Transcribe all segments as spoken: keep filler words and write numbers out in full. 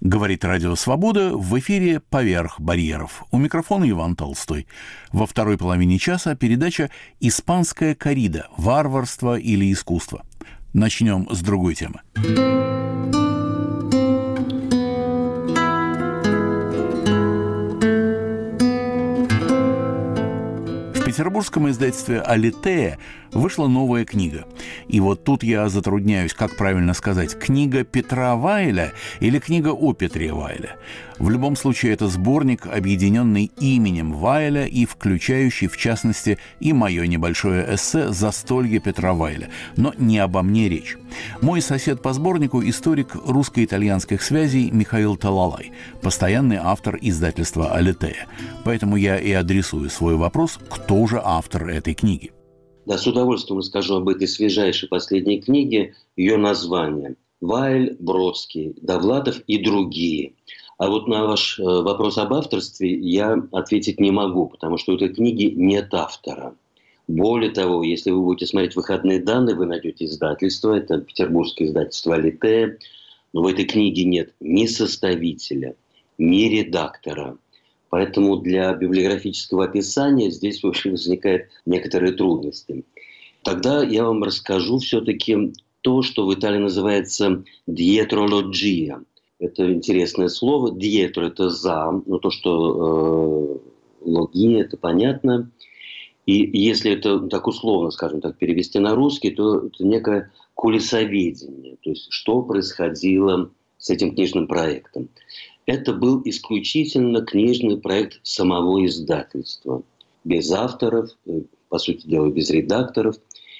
Говорит Радио Свобода, в эфире «Поверх барьеров». У микрофона Иван Толстой. Во второй половине часа передача «Испанская коррида. Варварство или искусство». Начнем с другой темы. В петербургском издательстве «Алитея» вышла новая книга. И вот тут я затрудняюсь, как правильно сказать, книга Петра Вайля или книга о Петре Вайле. В любом случае, это сборник, объединенный именем Вайля и включающий, в частности, и мое небольшое эссе «Застолье Петра Вайля». Но не обо мне речь. Мой сосед по сборнику – историк русско-итальянских связей Михаил Талалай, постоянный автор издательства «Алитея». Поэтому я и адресую свой вопрос, кто же автор этой книги. Да, с удовольствием расскажу об этой свежайшей последней книге. Ее название «Вайль, Бродский, Довлатов и другие». А вот на ваш вопрос об авторстве я ответить не могу, потому что у этой книги нет автора. Более того, если вы будете смотреть выходные данные, вы найдете издательство, это петербургское издательство «Алитея», но в этой книге нет ни составителя, ни редактора. Поэтому для библиографического описания здесь, в общем, возникают некоторые трудности. Тогда я вам расскажу все-таки то, что в Италии называется «диетрология». Это интересное слово. «Диетро» – это «за», но то, что э, «логия» – это понятно. И если это так условно, скажем так, перевести на русский, то это некое кулисоведение. То есть, что происходило с этим книжным проектом. Это был исключительно книжный проект самого издательства. Без авторов, по сути дела, без редакторов.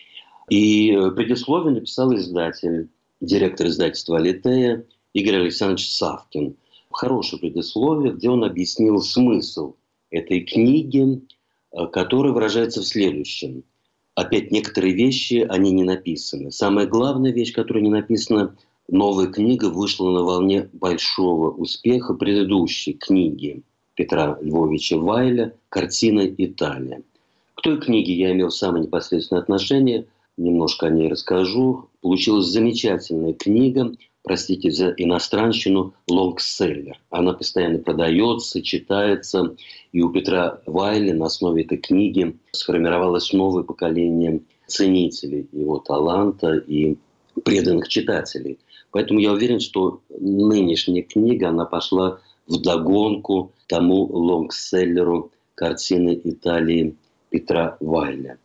И предисловие написал издатель, директор издательства «Алитея» Игорь Александрович Савкин. Хорошее предисловие, где он объяснил смысл этой книги, который выражается в следующем. Опять некоторые вещи, они не написаны. Самая главная вещь, которая не написана, новая книга вышла на волне большого успеха предыдущей книги Петра Львовича Вайля «Картина Италия». К той книге я имел самое непосредственное отношение, немножко о ней расскажу. Получилась замечательная книга, простите за иностранщину, лонгселлер. Она постоянно продается, читается, и у Петра Вайля на основе этой книги сформировалось новое поколение ценителей его таланта и преданных читателей. Поэтому я уверен, что нынешняя книга, она пошла вдогонку тому лонгселлеру «Картины Италии» Петра Вайля.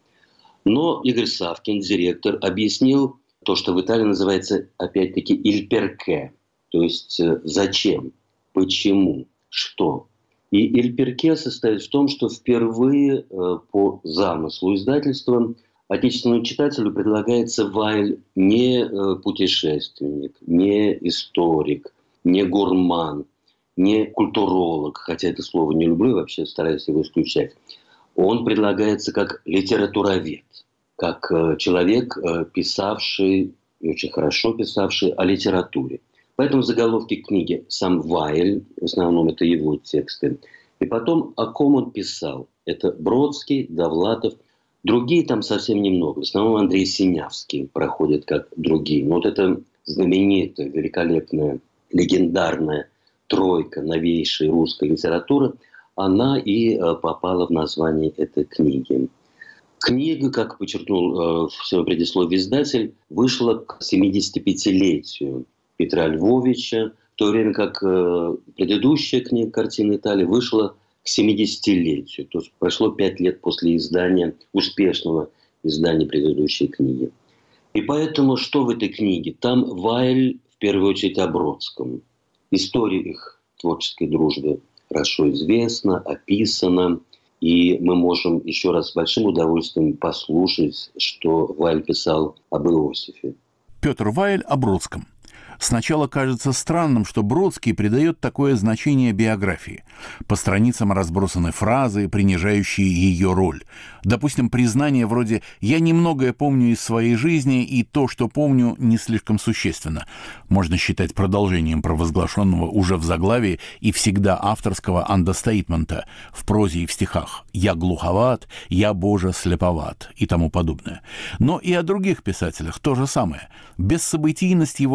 Но Игорь Савкин, директор, объяснил то, что в Италии называется, опять-таки, «il perché», то есть «зачем», «почему», «что». И «il perché» состоит в том, что впервые по замыслу издательства отечественному читателю предлагается Вайль не путешественник, не историк, не гурман, не культуролог, хотя это слово не люблю, вообще стараюсь его исключать. Он предлагается как литературовед, как человек, писавший, и очень хорошо писавший о литературе. Поэтому в заголовке книги сам Вайль, в основном это его тексты, и потом о ком он писал. Это Бродский, Довлатов. Другие там совсем немного. В основном Андрей Синявский проходит как другие. Но вот эта знаменитая, великолепная, легендарная тройка новейшей русской литературы, она и попала в название этой книги. Книга, как подчеркнул в своем предисловии издатель, вышла к семидесятипятилетию Петра Львовича, в то время как предыдущая книга «Картина Италии» вышла к семидесятилетию. То есть прошло пять лет после издания, успешного издания предыдущей книги. И поэтому что в этой книге? Там Вайль, в первую очередь, о Бродском. История их творческой дружбы хорошо известна, описана. И мы можем еще раз с большим удовольствием послушать, что Вайль писал об Иосифе. Петр Вайль о Бродском. Сначала кажется странным, что Бродский придает такое значение биографии. По страницам разбросаны фразы, принижающие ее роль. Допустим, признание вроде «я немногое помню из своей жизни, и то, что помню, не слишком существенно». Можно считать продолжением провозглашенного уже в заглавии и всегда авторского андерстейтмента в прозе и в стихах «я глуховат», «я, Боже, слеповат» и тому подобное. Но и о других писателях то же самое. Бессобытийность его жизни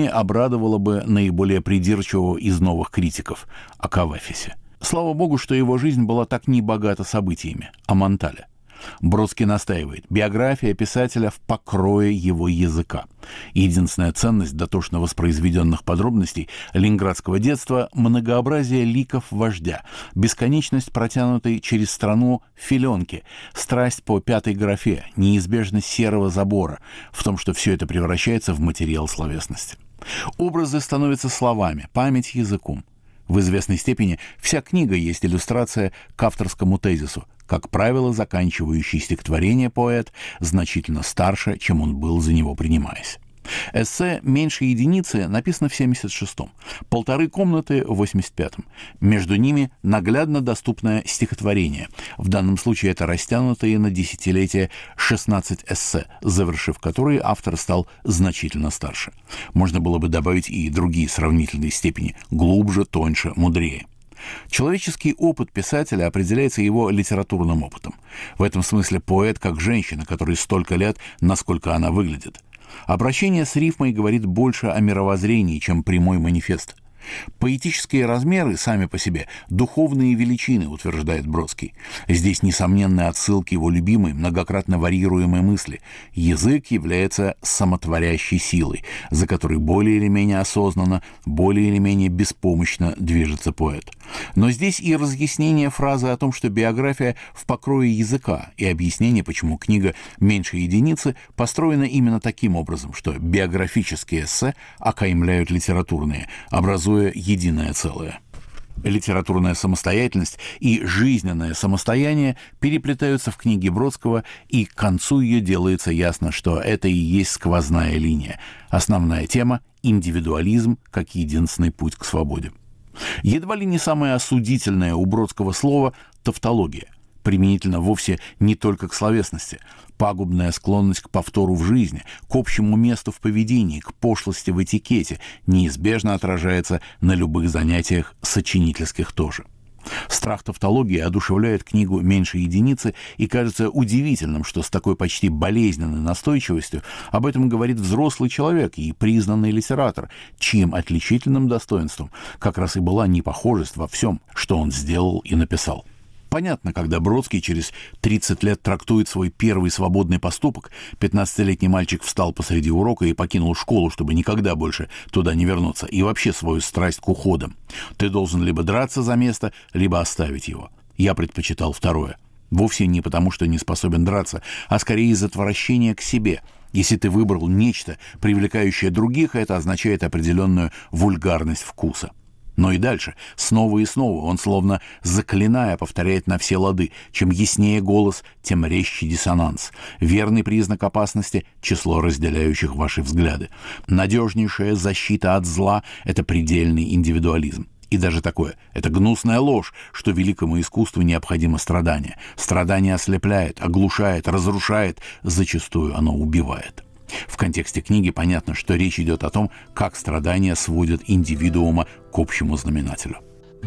словами обрадовало бы наиболее придирчивого из новых критиков – о Кавафисе. Слава богу, что его жизнь была так небогата событиями – о Монтале. Бродский настаивает: биография писателя в покрое его языка. Единственная ценность дотошно воспроизведенных подробностей ленинградского детства – многообразие ликов вождя, бесконечность протянутой через страну филенки, страсть по пятой графе, неизбежность серого забора в том, что все это превращается в материал словесности. Образы становятся словами, память – языком. В известной степени вся книга есть иллюстрация к авторскому тезису: как правило, заканчивающий стихотворение поэт значительно старше, чем он был за него принимаясь. Эссе «Меньше единицы» написано в семьдесят шестом, «Полторы комнаты» в восемьдесят пятом. Между ними наглядно доступное стихотворение. В данном случае это растянутые на десятилетия шестнадцать эссе, завершив которые автор стал значительно старше. Можно было бы добавить и другие сравнительные степени – глубже, тоньше, мудрее. Человеческий опыт писателя определяется его литературным опытом. В этом смысле поэт как женщина, которой столько лет, насколько она выглядит. Обращение с рифмой говорит больше о мировоззрении, чем прямой манифест. Поэтические размеры сами по себе – духовные величины, утверждает Бродский. Здесь несомненные отсылки его любимой, многократно варьируемой мысли. Язык является самотворящей силой, за которой более или менее осознанно, более или менее беспомощно движется поэт. Но здесь и разъяснение фразы о том, что биография в покрое языка, и объяснение, почему книга «Меньше единицы» построена именно таким образом, что биографические эссе окаймляют литературные, образуя единое целое. Литературная самостоятельность и жизненное самостояние переплетаются в книге Бродского, и к концу ее делается ясно, что это и есть сквозная линия. Основная тема – индивидуализм как единственный путь к свободе. Едва ли не самое осудительное у Бродского слово – тавтология. Применительно вовсе не только к словесности. Пагубная склонность к повтору в жизни, к общему месту в поведении, к пошлости в этикете неизбежно отражается на любых занятиях сочинительских тоже. Страх тавтологии одушевляет книгу «Меньше единицы», и кажется удивительным, что с такой почти болезненной настойчивостью об этом говорит взрослый человек и признанный литератор, чьим отличительным достоинством как раз и была непохожесть во всем, что он сделал и написал. Понятно, когда Бродский через тридцать лет трактует свой первый свободный поступок, пятнадцатилетний мальчик встал посреди урока и покинул школу, чтобы никогда больше туда не вернуться, и вообще свою страсть к уходам. Ты должен либо драться за место, либо оставить его. Я предпочитал второе. Вовсе не потому, что не способен драться, а скорее из отвращения к себе. Если ты выбрал нечто, привлекающее других, это означает определенную вульгарность вкуса. Но и дальше, снова и снова, он, словно заклиная, повторяет на все лады: чем яснее голос, тем резче диссонанс. Верный признак опасности – число разделяющих ваши взгляды. Надежнейшая защита от зла – это предельный индивидуализм. И даже такое – это гнусная ложь, что великому искусству необходимо страдание. Страдание ослепляет, оглушает, разрушает, зачастую оно убивает. В контексте книги понятно, что речь идет о том, как страдания сводят индивидуума к общему знаменателю.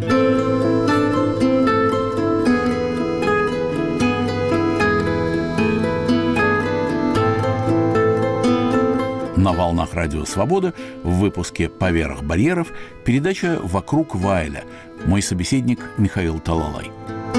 На волнах Радио Свобода в выпуске «Поверх барьеров» передача «Вокруг Вайля». Мой собеседник Михаил Талалай.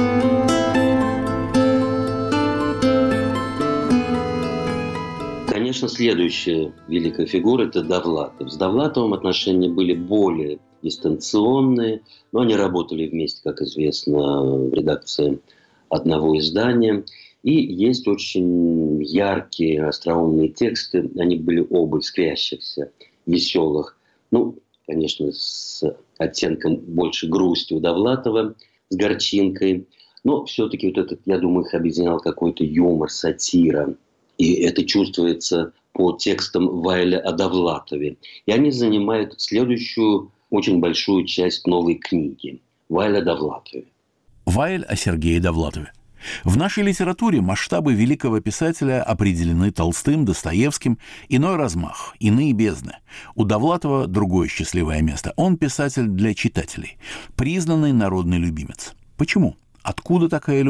Конечно, следующая великая фигура – это Довлатов. С Довлатовым отношения были более дистанционные, но они работали вместе, как известно, в редакции одного издания. И есть очень яркие, остроумные тексты. Они были оба искрящихся, веселых. Ну, конечно, с оттенком больше грусти у Довлатова, с горчинкой. Но все-таки вот этот, я думаю, их объединял какой-то юмор, сатира. И это чувствуется по текстам Вайля о Довлатове. И они занимают следующую очень большую часть новой книги «Вайль о Довлатове». Вайль о Сергее Довлатове. В нашей литературе масштабы великого писателя определены Толстым, Достоевским, иной размах, иные бездны. У Довлатова другое счастливое место. Он писатель для читателей, признанный народный любимец. Почему? Откуда такая любовь?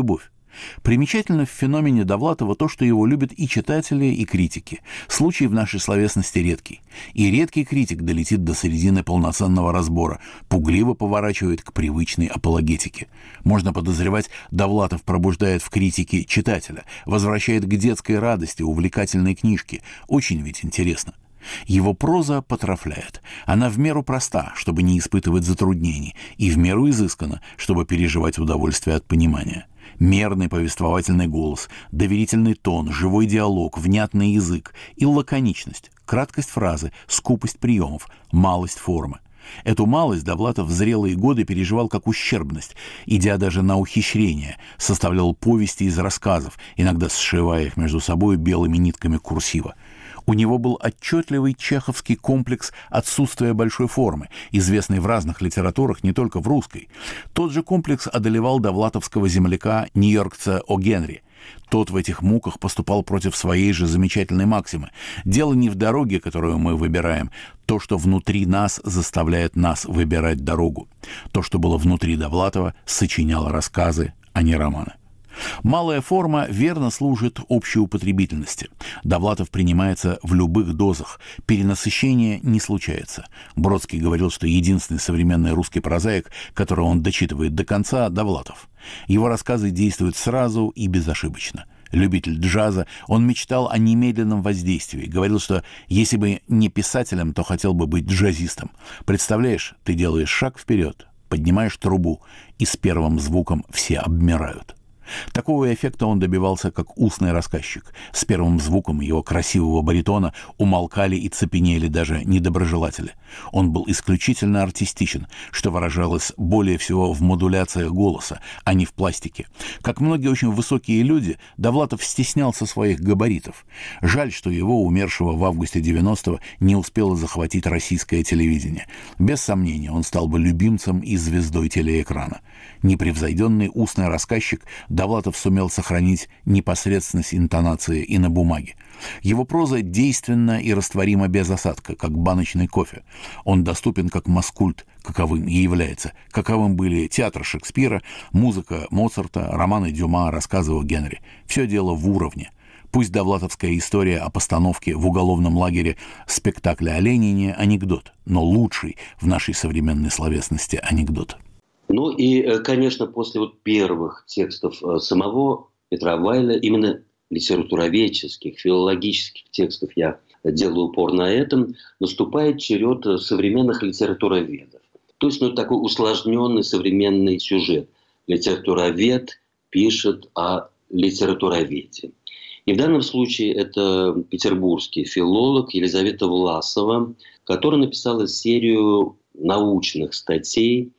Примечательно в феномене Довлатова то, что его любят и читатели, и критики. Случай в нашей словесности редкий. И редкий критик долетит до середины полноценного разбора, пугливо поворачивает к привычной апологетике. Можно подозревать, Довлатов пробуждает в критике читателя, возвращает к детской радости увлекательной книжки. Очень ведь интересно. Его проза потрафляет. Она в меру проста, чтобы не испытывать затруднений, и в меру изысканна, чтобы переживать удовольствие от понимания. Мерный повествовательный голос, доверительный тон, живой диалог, внятный язык и лаконичность, краткость фразы, скупость приемов, малость формы. Эту малость Довлатов в зрелые годы переживал как ущербность, идя даже на ухищрение, составлял повести из рассказов, иногда сшивая их между собой белыми нитками курсива. У него был отчетливый чеховский комплекс отсутствия большой формы, известный в разных литературах, не только в русской. Тот же комплекс одолевал довлатовского земляка нью-йоркца О. Генри. Тот в этих муках поступал против своей же замечательной максимы. Дело не в дороге, которую мы выбираем, то, что внутри нас заставляет нас выбирать дорогу. То, что было внутри Довлатова, сочиняло рассказы, а не романы. Малая форма верно служит общеупотребительности. Довлатов принимается в любых дозах. Перенасыщение не случается. Бродский говорил, что единственный современный русский прозаик, которого он дочитывает до конца, Довлатов. Его рассказы действуют сразу и безошибочно. Любитель джаза, он мечтал о немедленном воздействии. Говорил, что если бы не писателем, то хотел бы быть джазистом. Представляешь, ты делаешь шаг вперед, поднимаешь трубу, и с первым звуком все обмирают. Такого эффекта он добивался как устный рассказчик. С первым звуком его красивого баритона умолкали и цепенели даже недоброжелатели. Он был исключительно артистичен, что выражалось более всего в модуляциях голоса, а не в пластике. Как многие очень высокие люди, Довлатов стеснялся своих габаритов. Жаль, что его, умершего в августе девяностого, не успело захватить российское телевидение. Без сомнения, он стал бы любимцем и звездой телеэкрана. Непревзойденный устный рассказчик, Довлатов сумел сохранить непосредственность интонации и на бумаге. Его проза действенна и растворима без осадка, как баночный кофе. Он доступен как маскульт, каковым и является. Каковым были театр Шекспира, музыка Моцарта, романы Дюма, рассказы о Генри. Все дело в уровне. Пусть довлатовская история о постановке в уголовном лагере спектакля о Ленине – анекдот, но лучший в нашей современной словесности анекдот. Ну и, конечно, после вот первых текстов самого Петра Вайля, именно литературоведческих, филологических текстов, я делаю упор на этом, наступает черед современных литературоведов. То есть, ну, такой усложненный современный сюжет. Литературовед пишет о литературоведе. И в данном случае это петербургский филолог Елизавета Власова, которая написала серию научных статей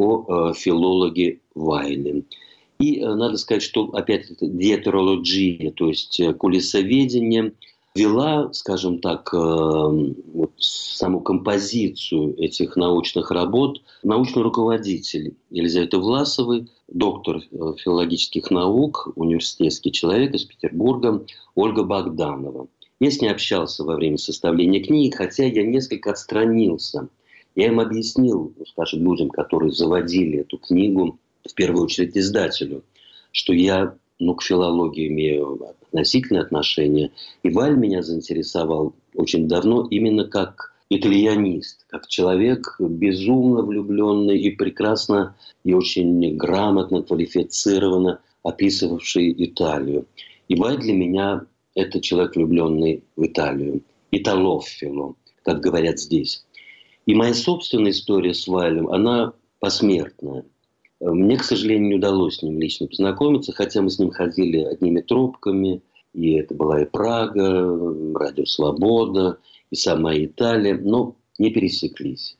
о э, филологе Вайле. И э, надо сказать, что опять это диэтерология, то есть э, кулисоведение, вела, скажем так, э, вот, саму композицию этих научных работ научный руководитель Елизаветы Власовой, доктор э, филологических наук, университетский человек из Петербурга Ольга Богданова. Я с ней общался во время составления книги, хотя я несколько отстранился. Я им объяснил, скажем, людям, которые заводили эту книгу, в первую очередь издателю, что я ну, к филологии имею относительное отношение. И Вайль меня заинтересовал очень давно именно как итальянист, как человек безумно влюбленный и прекрасно, и очень грамотно, квалифицированно описывавший Италию. И Вайль для меня – это человек, влюбленный в Италию. Италофило, как говорят здесь. И моя собственная история с Вайлем, она посмертная. Мне, к сожалению, не удалось с ним лично познакомиться, хотя мы с ним ходили одними тропками. И это была и Прага, Радио Свобода, и сама Италия, но не пересеклись.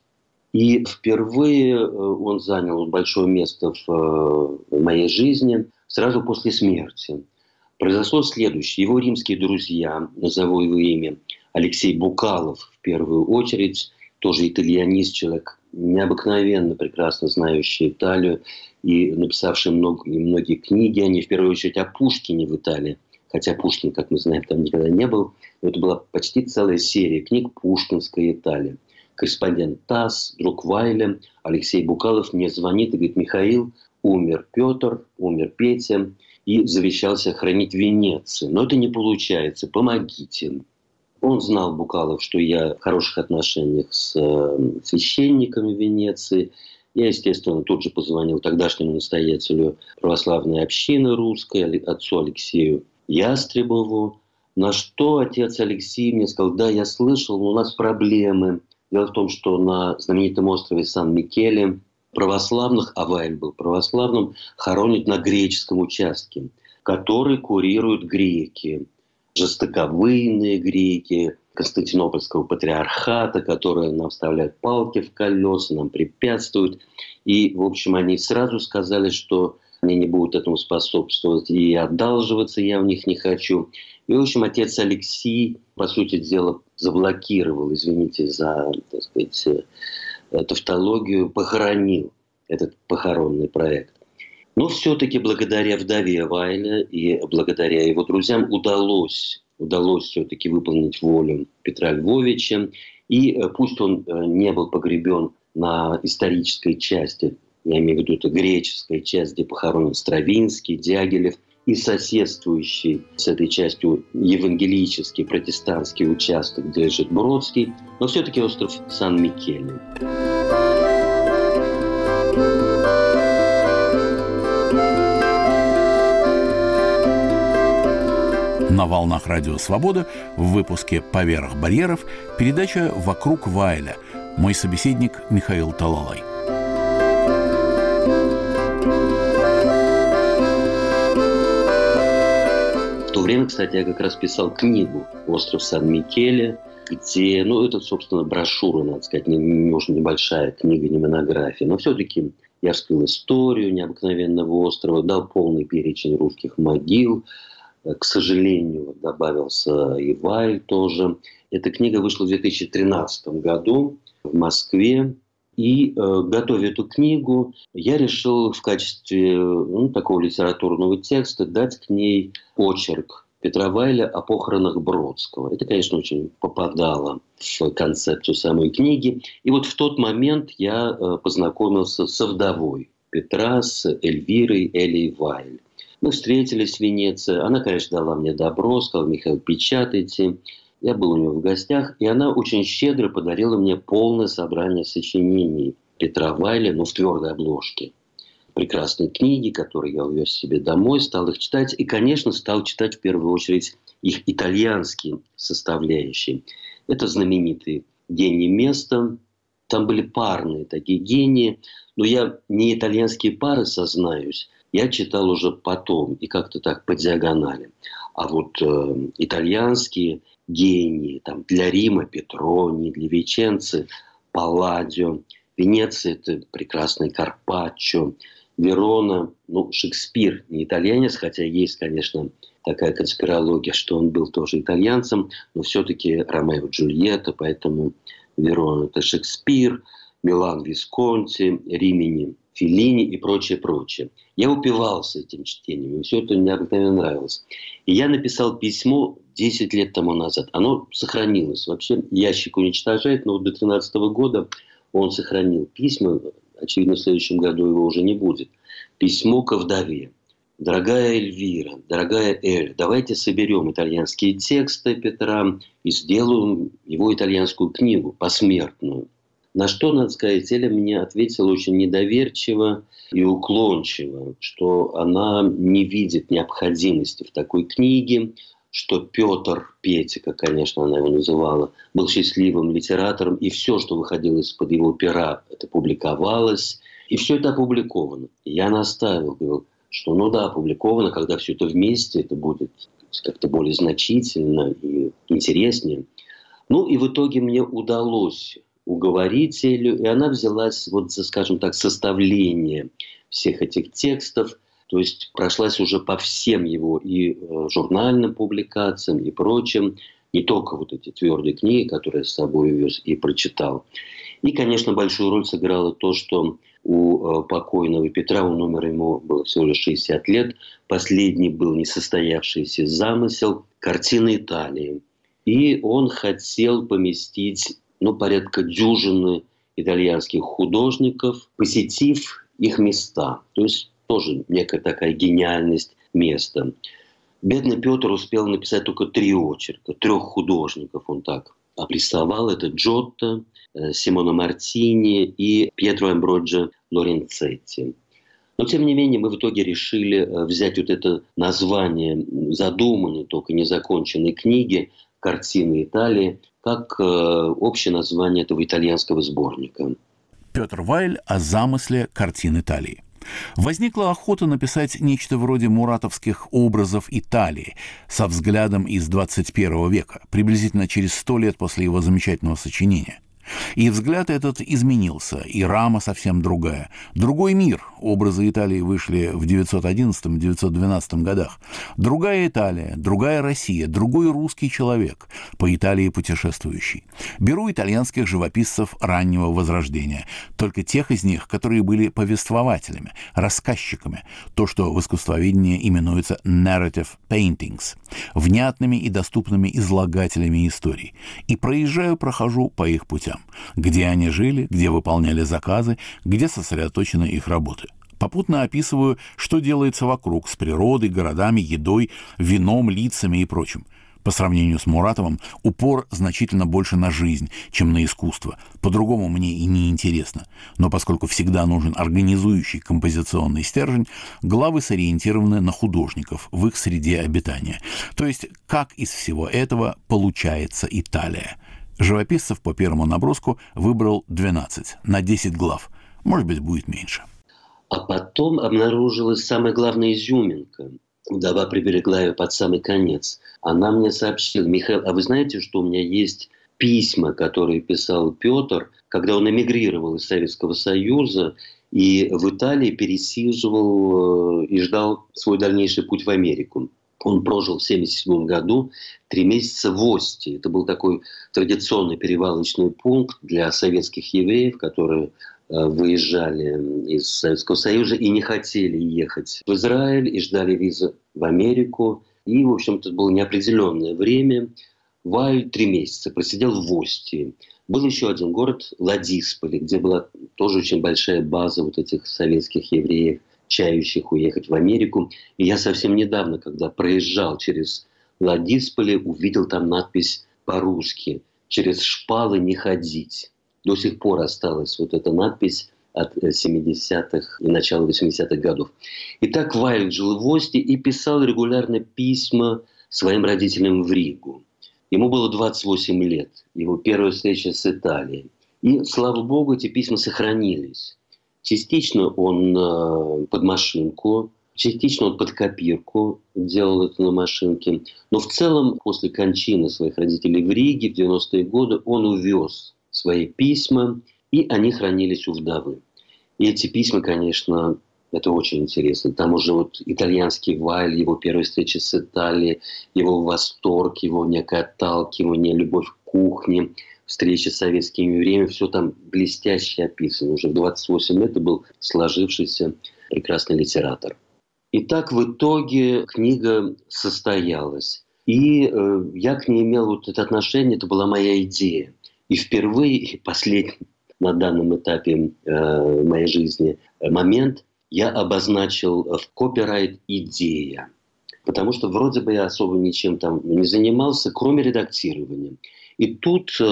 И впервые он занял большое место в моей жизни сразу после смерти. Произошло следующее. Его римские друзья, назову его имя, Алексей Букалов в первую очередь, тоже итальянист, человек необыкновенно прекрасно знающий Италию и написавший много, и многие книги, они в первую очередь о Пушкине в Италии, хотя Пушкин, как мы знаем, там никогда не был, но это была почти целая серия книг «Пушкинская Италия». Корреспондент ТАСС, друг Вайля, Алексей Букалов мне звонит и говорит: Михаил, умер Петр, умер Петя, и завещал сохранить Венецию. Но это не получается. Помогите. Он знал, Букалов, что я в хороших отношениях с священниками Венеции. Я, естественно, тут же позвонил тогдашнему настоятелю православной общины русской, отцу Алексею Ястребову. На что отец Алексей мне сказал: да, я слышал, но у нас проблемы. Дело в том, что на знаменитом острове Сан-Микеле православных, а Вайль был православным, хоронят на греческом участке, который курируют греки. Жестоковыйные греки Константинопольского патриархата, которые нам вставляют палки в колеса, нам препятствуют. И, в общем, они сразу сказали, что они не будут этому способствовать, и одалживаться я в них не хочу. И, в общем, отец Алексей, по сути дела, заблокировал, извините за, так сказать, тавтологию, похоронил этот похоронный проект. Но все-таки благодаря вдове Вайля и благодаря его друзьям удалось, удалось все-таки выполнить волю Петра Львовича. И пусть он не был погребен на исторической части, я имею в виду это греческая часть, где похоронен Стравинский, Дягилев, и соседствующий с этой частью евангелический, протестантский участок, где лежит Бродский, но все-таки остров Сан-Микеле. На волнах Радио Свобода в выпуске «Поверх барьеров» передача «Вокруг Вайля». Мой собеседник Михаил Талалай. В то время, кстати, я как раз писал книгу «Остров Сан-Микеле», где, ну, это, собственно, брошюра, надо сказать, не, не, может, небольшая книга, не монография, но все-таки я вскрыл историю необыкновенного острова, дал полный перечень русских могил. К сожалению, добавился и Вайль тоже. Эта книга вышла в две тысячи тринадцатом году в Москве. И, э, готовя эту книгу, я решил в качестве ну, такого литературного текста дать к ней очерк Петра Вайля о похоронах Бродского. Это, конечно, очень попадало в концепцию самой книги. И вот в тот момент я э, познакомился со вдовой Петра, с Эльвирой Элей Вайль. Мы встретились в Венеции. Она, конечно, дала мне добро, сказала: Михаил, печатайте. Я был у нее в гостях, и она очень щедро подарила мне полное собрание сочинений Петра Вайля, но в твердой обложке. Прекрасные книги, которые я увез себе домой, стал их читать. И, конечно, стал читать в первую очередь их итальянские составляющие. Это знаменитый «Гений места». Там были парные такие гении. Но я не итальянские пары, сознаюсь, я читал уже потом и как-то так по диагонали. А вот э, итальянские гении, там, для Рима Петрони, для Веченцы Палладио, Венеция — это прекрасный Карпаччо, Верона, ну, Шекспир не итальянец, хотя есть, конечно, такая конспирология, что он был тоже итальянцем, но все-таки Ромео и Джульетта, поэтому Верона — это Шекспир, Милан Висконти, Римини Феллини и прочее, прочее. Я упивался этим чтением, и все это мне обыкновенно нравилось. И я написал письмо десять лет тому назад. Оно сохранилось. Вообще ящик уничтожает, но вот до две тысячи тринадцатого года он сохранил письма. Очевидно, в следующем году его уже не будет. Письмо ко вдове. Дорогая Эльвира, дорогая Эль, давайте соберем итальянские тексты Петра и сделаем его итальянскую книгу, посмертную. На что, надо сказать, Эля мне ответила очень недоверчиво и уклончиво, что она не видит необходимости в такой книге, что Петр, Петика, конечно, она его называла, был счастливым литератором, и все, что выходило из-под его пера, это публиковалось, и все это опубликовано. И я настаивал, говорил, что ну да, опубликовано, когда все это вместе, это будет как-то более значительно и интереснее. Ну и в итоге мне удалось уговорить Элю, и она взялась вот за, скажем так, составление всех этих текстов, то есть прошлась уже по всем его и э, журнальным публикациям, и прочим, не только вот эти твердые книги, которые я с собой вез и прочитал. И, конечно, большую роль сыграло то, что у э, покойного Петра, у номера ему было всего лишь шестьдесят лет, последний был несостоявшийся замысел «Картины Италии». И он хотел поместить ну, порядка дюжины итальянских художников, посетив их места. То есть тоже некая такая гениальность место. Бедный Петр успел написать только три очерка. Трех художников он так обрисовал. Это Джотто, Симона Мартини и Пьетро Амброджо Лоренцетти. Но, тем не менее, мы в итоге решили взять вот это название задуманной, только незаконченной книги «Картины Италии» как общее название этого итальянского сборника. Петр Вайль о замысле картин Италии. Возникла охота написать нечто вроде муратовских образов Италии со взглядом из двадцать первого века, приблизительно через сто лет после его замечательного сочинения. И взгляд этот изменился, и рама совсем другая. Другой мир. Образы Италии вышли в девятьсот одиннадцатом — девятьсот двенадцатом годах. Другая Италия, другая Россия, другой русский человек, по Италии путешествующий. Беру итальянских живописцев раннего Возрождения, только тех из них, которые были повествователями, рассказчиками, то, что в искусствоведении именуется narrative paintings, внятными и доступными излагателями историй. И проезжаю, прохожу по их путям. Где они жили, где выполняли заказы, где сосредоточены их работы. Попутно описываю, что делается вокруг с природой, городами, едой, вином, лицами и прочим. По сравнению с Муратовым, упор значительно больше на жизнь, чем на искусство. По-другому мне и не интересно. Но поскольку всегда нужен организующий композиционный стержень, главы сориентированы на художников в их среде обитания. То есть, как из всего этого получается Италия. Живописцев по первому наброску выбрал двенадцать, на десять глав. Может быть, будет меньше. А потом обнаружилась самая главная изюминка. Вдова приберегла ее под самый конец. Она мне сообщила: Михаил, а вы знаете, что у меня есть письма, которые писал Петр, когда он эмигрировал из Советского Союза и в Италии пересиживал и ждал свой дальнейший путь в Америку. Он прожил в семьдесят седьмом году три месяца в Ости. Это был такой традиционный перевалочный пункт для советских евреев, которые выезжали из Советского Союза и не хотели ехать в Израиль, и ждали визы в Америку. И, в общем-то, это было неопределенное время. Вайль три месяца просидел в Ости. Был еще один город, Ладисполи, где была тоже очень большая база вот этих советских евреев, чающих уехать в Америку. И я совсем недавно, когда проезжал через Ладисполи, увидел там надпись по-русски: «Через шпалы не ходить». До сих пор осталась вот эта надпись от семидесятых и начала восьмидесятых годов. Итак, Вайль жил в Ости и писал регулярно письма своим родителям в Ригу. Ему было двадцать восемь лет, его первая встреча с Италией. И, слава богу, эти письма сохранились. Частично он э, под машинку, частично он под копирку делал это на машинке. Но в целом, после кончины своих родителей в Риге в девяностые годы, он увез свои письма, и они хранились у вдовы. И эти письма, конечно, это очень интересно. Там уже вот итальянский Вайль, его первая встреча с Италией, его восторг, его некое отталкивание, любовь к кухне, встречи с советскими евреями, все там блестяще описано. Уже в двадцать восемь лет это был сложившийся прекрасный литератор. Итак, в итоге книга состоялась. И э, я к ней имел вот это отношение, это была моя идея. И впервые, и последний на данном этапе э, моей жизни момент, я обозначил в копирайт «идея». Потому что вроде бы я особо ничем там не занимался, кроме редактирования. И тут э,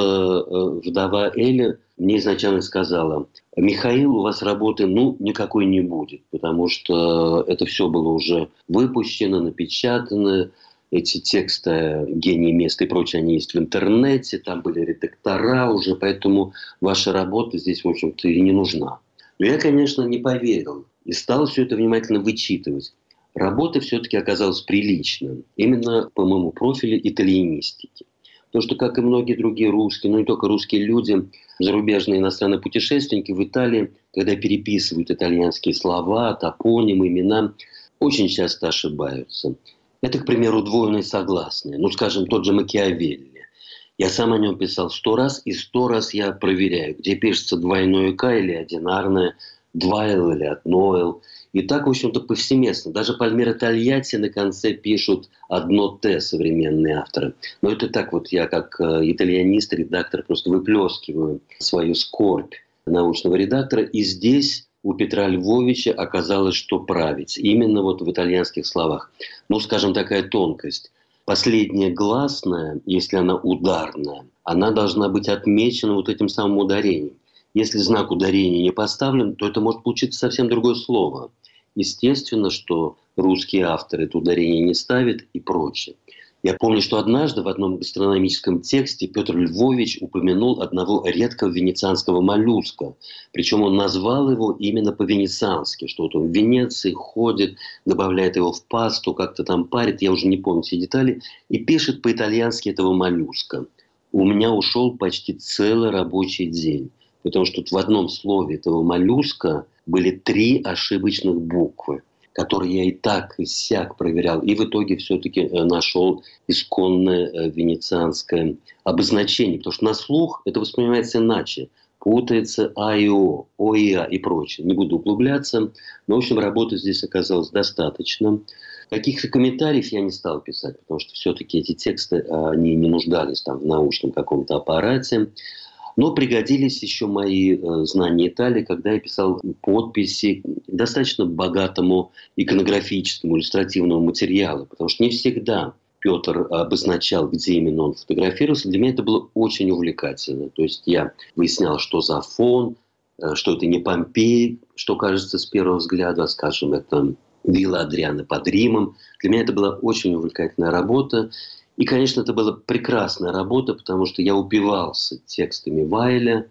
вдова Эля мне изначально сказала: Михаил, у вас работы ну никакой не будет, потому что это все было уже выпущено, напечатано. Эти тексты «Гений мест» и прочее, они есть в интернете, там были редактора уже, поэтому ваша работа здесь, в общем-то, и не нужна. Но я, конечно, не поверил и стал все это внимательно вычитывать. Работа все-таки оказалась приличной, именно по моему профилю итальянистики. Потому что, как и многие другие русские, ну не только русские люди, зарубежные иностранные путешественники в Италии, когда переписывают итальянские слова, топонимы, имена, очень часто ошибаются. Это, к примеру, двойные согласные. Ну, скажем, тот же Макиавелли. Я сам о нем писал сто раз, и сто раз я проверяю, где пишется двойное «к» или одинарное, «двайл» или «однойл». И так, в общем-то, повсеместно. Даже Пальмиро Тольятти на конце пишут одно «т» современные авторы. Но это так вот я, как итальянист, редактор, просто выплескиваю свою скорбь научного редактора. И здесь у Петра Львовича оказалось что править. Именно вот в итальянских словах. Ну, скажем, такая тонкость. Последняя гласная, если она ударная, она должна быть отмечена вот этим самым ударением. Если знак ударения не поставлен, то это может получиться совсем другое слово. Естественно, что русские авторы это ударение не ставят и прочее. Я помню, что однажды в одном гастрономическом тексте Петр Львович упомянул одного редкого венецианского моллюска. Причем он назвал его именно по-венециански, что вот он в Венеции ходит, добавляет его в пасту, как-то там парит, я уже не помню все детали, и пишет по-итальянски этого моллюска. У меня ушел почти целый рабочий день, потому что в одном слове этого моллюска были три ошибочных буквы, которые я и так, и сяк проверял. И в итоге все-таки нашел исконное венецианское обозначение. Потому что на слух это воспринимается иначе. Путается А и О, О и А и прочее. Не буду углубляться. Но, в общем, работы здесь оказалось достаточно. Каких-то комментариев я не стал писать, потому что все-таки эти тексты, они не нуждались там в научном каком-то аппарате. Но пригодились еще мои э, знания Италии, когда я писал подписи к достаточно богатому иконографическому, иллюстративному материалу. Потому что не всегда Петр обозначал, где именно он фотографировался. Для меня это было очень увлекательно. То есть я выяснял, что за фон, э, что это не Помпей, что кажется с первого взгляда, скажем, это вилла Адриана под Римом. Для меня это была очень увлекательная работа. И, конечно, это была прекрасная работа, потому что я упивался текстами Вайля,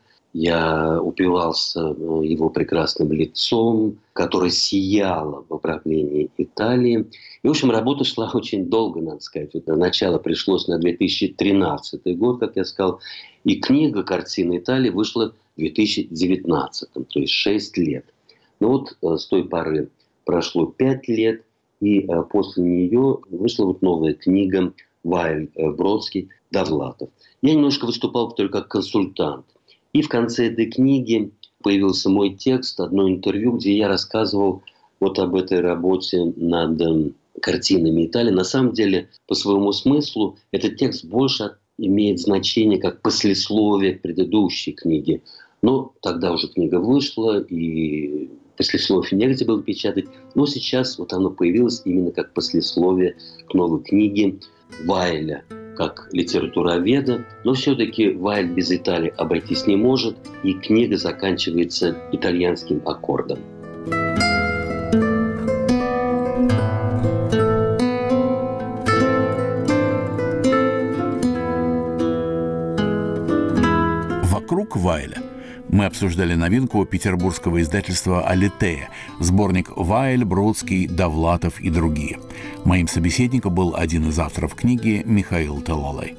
я упивался его прекрасным лицом, которое сияло в управлении Италии. И, в общем, работа шла очень долго, надо сказать. Вот начало пришлось на две тысячи тринадцатый год, как я сказал. И книга «Картины Италии» вышла в две тысячи девятнадцатом, то есть шесть лет. Но вот с той поры прошло пять лет, и после нее вышла вот новая книга Вайль, Бродский, Довлатов. Я немножко выступал только как консультант. И в конце этой книги появился мой текст, одно интервью, где я рассказывал вот об этой работе над картинами Италии. На самом деле, по своему смыслу, этот текст больше имеет значение как послесловие к предыдущей книге. Но тогда уже книга вышла, и послесловие негде было печатать. Но сейчас вот оно появилось именно как послесловие к новой книге Вайля, как литературоведа, но все-таки Вайль без Италии обойтись не может, и книга заканчивается итальянским аккордом. «Вокруг Вайля» мы обсуждали новинку петербургского издательства «Алитея», сборник «Вайль, Бродский, Довлатов и другие». Моим собеседником был один из авторов книги Михаил Талалай.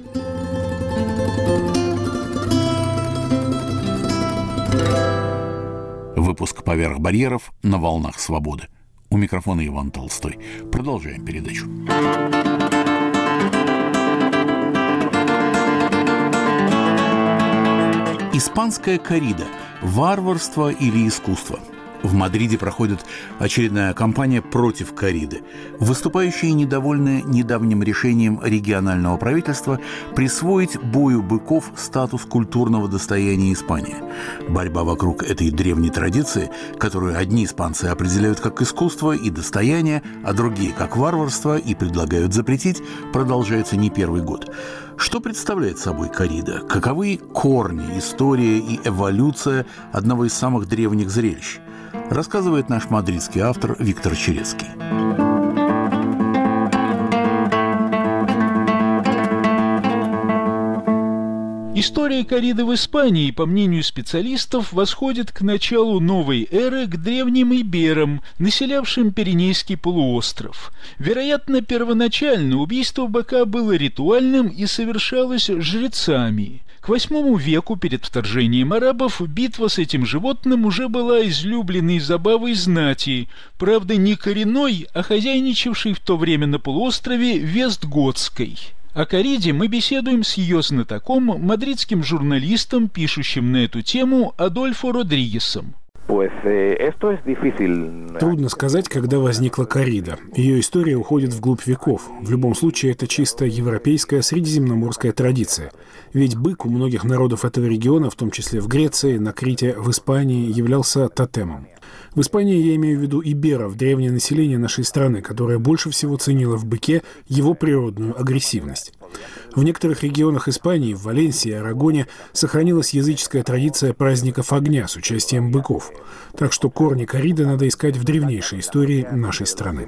Выпуск «Поверх барьеров» на волнах свободы. У микрофона Иван Толстой. Продолжаем передачу. Испанская коррида – варварство или искусство? В Мадриде проходит очередная кампания против корриды. Выступающие недовольны недавним решением регионального правительства присвоить бою быков статус культурного достояния Испании. Борьба вокруг этой древней традиции, которую одни испанцы определяют как искусство и достояние, а другие как варварство и предлагают запретить, продолжается не первый год. Что представляет собой коррида? Каковы корни, история и эволюция одного из самых древних зрелищ? Рассказывает наш мадридский автор Виктор Черецкий. История корриды в Испании, по мнению специалистов, восходит к началу новой эры, к древним иберам, населявшим Пиренейский полуостров. Вероятно, первоначально убийство быка было ритуальным и совершалось жрецами. К восьмому веку перед вторжением арабов битва с этим животным уже была излюбленной забавой знати, правда не коренной, а хозяйничавшей в то время на полуострове Вестготской. О корриде мы беседуем с ее знатоком, мадридским журналистом, пишущим на эту тему Адольфо Родригесом. Трудно сказать, когда возникла коррида. Ее история уходит вглубь веков. В любом случае, это чисто европейская средиземноморская традиция. Ведь бык у многих народов этого региона, в том числе в Греции, на Крите, в Испании, являлся тотемом. В Испании я имею в виду иберов, древнее население нашей страны, которое больше всего ценило в быке его природную агрессивность. В некоторых регионах Испании, в Валенсии и Арагоне, сохранилась языческая традиция праздников огня с участием быков. Так что корни корриды надо искать в древнейшей истории нашей страны.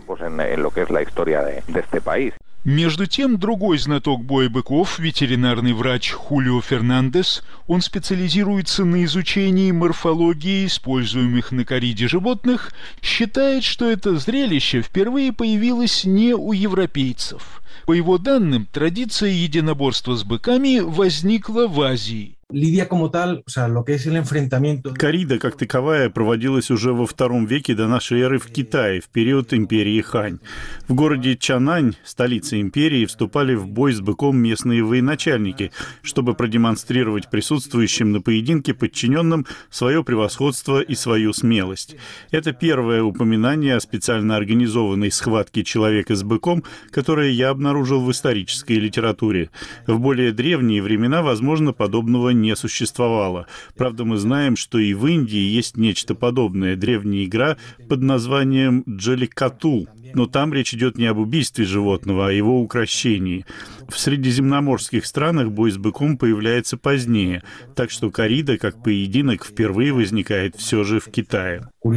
Между тем, другой знаток боя быков, ветеринарный врач Хулио Фернандес, он специализируется на изучении морфологии используемых на корриде животных, считает, что это зрелище впервые появилось не у европейцев. По его данным, традиция единоборства с быками возникла в Азии. Коррида, как таковая, проводилась уже во втором веке до нашей эры в Китае, в период империи Хань. В городе Чанань, столице империи, вступали в бой с быком местные военачальники, чтобы продемонстрировать присутствующим на поединке подчиненным свое превосходство и свою смелость. Это первое упоминание о специально организованной схватке человека с быком, которое я обнаружил в исторической литературе. В более древние времена, возможно, подобного не не существовало. Правда, мы знаем, что и в Индии есть нечто подобное, древняя игра под названием джаликату. Но там речь идет не об убийстве животного, а о его укрощении. В средиземноморских странах бой с быком появляется позднее, так что коррида как поединок впервые возникает все же в Китае. В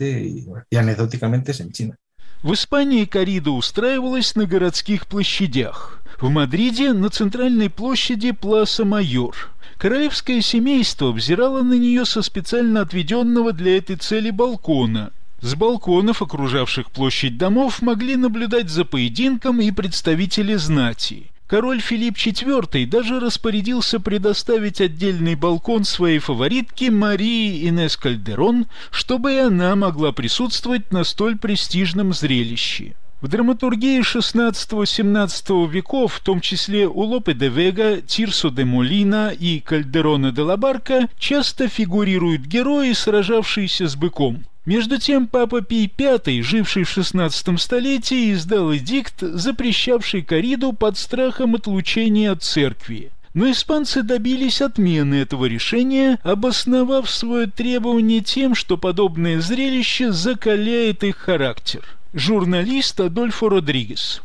Испании коррида устраивалась на городских площадях. В Мадриде на центральной площади Пласа Майор. Королевское семейство взирало на нее со специально отведенного для этой цели балкона. С балконов, окружавших площадь домов, могли наблюдать за поединком и представители знати. Король Филипп четвёртый даже распорядился предоставить отдельный балкон своей фаворитке Марии Инес Кальдерон, чтобы и она могла присутствовать на столь престижном зрелище. В драматургии шестнадцатого-семнадцатого веков, в том числе у Лопе де Вега, Тирсо де Молина и Кальдерона де ла Барка, часто фигурируют герои, сражавшиеся с быком. Между тем, папа Пий пятый, живший в шестнадцатом столетии, издал эдикт, запрещавший корриду под страхом отлучения от церкви. Но испанцы добились отмены этого решения, обосновав свое требование тем, что подобное зрелище закаляет их характер. Журналист Адольфо Родригес.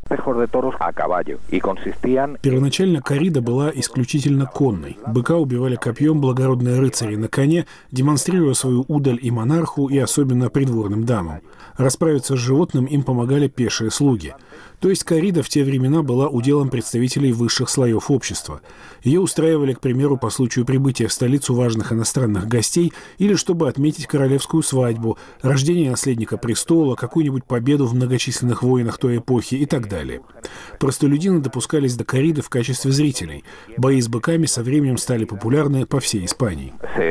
Первоначально коррида была исключительно конной. Быка убивали копьем благородные рыцари на коне, демонстрируя свою удаль и монарху, и особенно придворным дамам. Расправиться с животным им помогали пешие слуги. То есть коррида в те времена была уделом представителей высших слоев общества. Ее устраивали, к примеру, по случаю прибытия в столицу важных иностранных гостей или чтобы отметить королевскую свадьбу, рождение наследника престола, какую-нибудь победу в многочисленных войнах той эпохи и так далее. Простолюдины допускались до корриды в качестве зрителей. Бои с быками со временем стали популярны по всей Испании.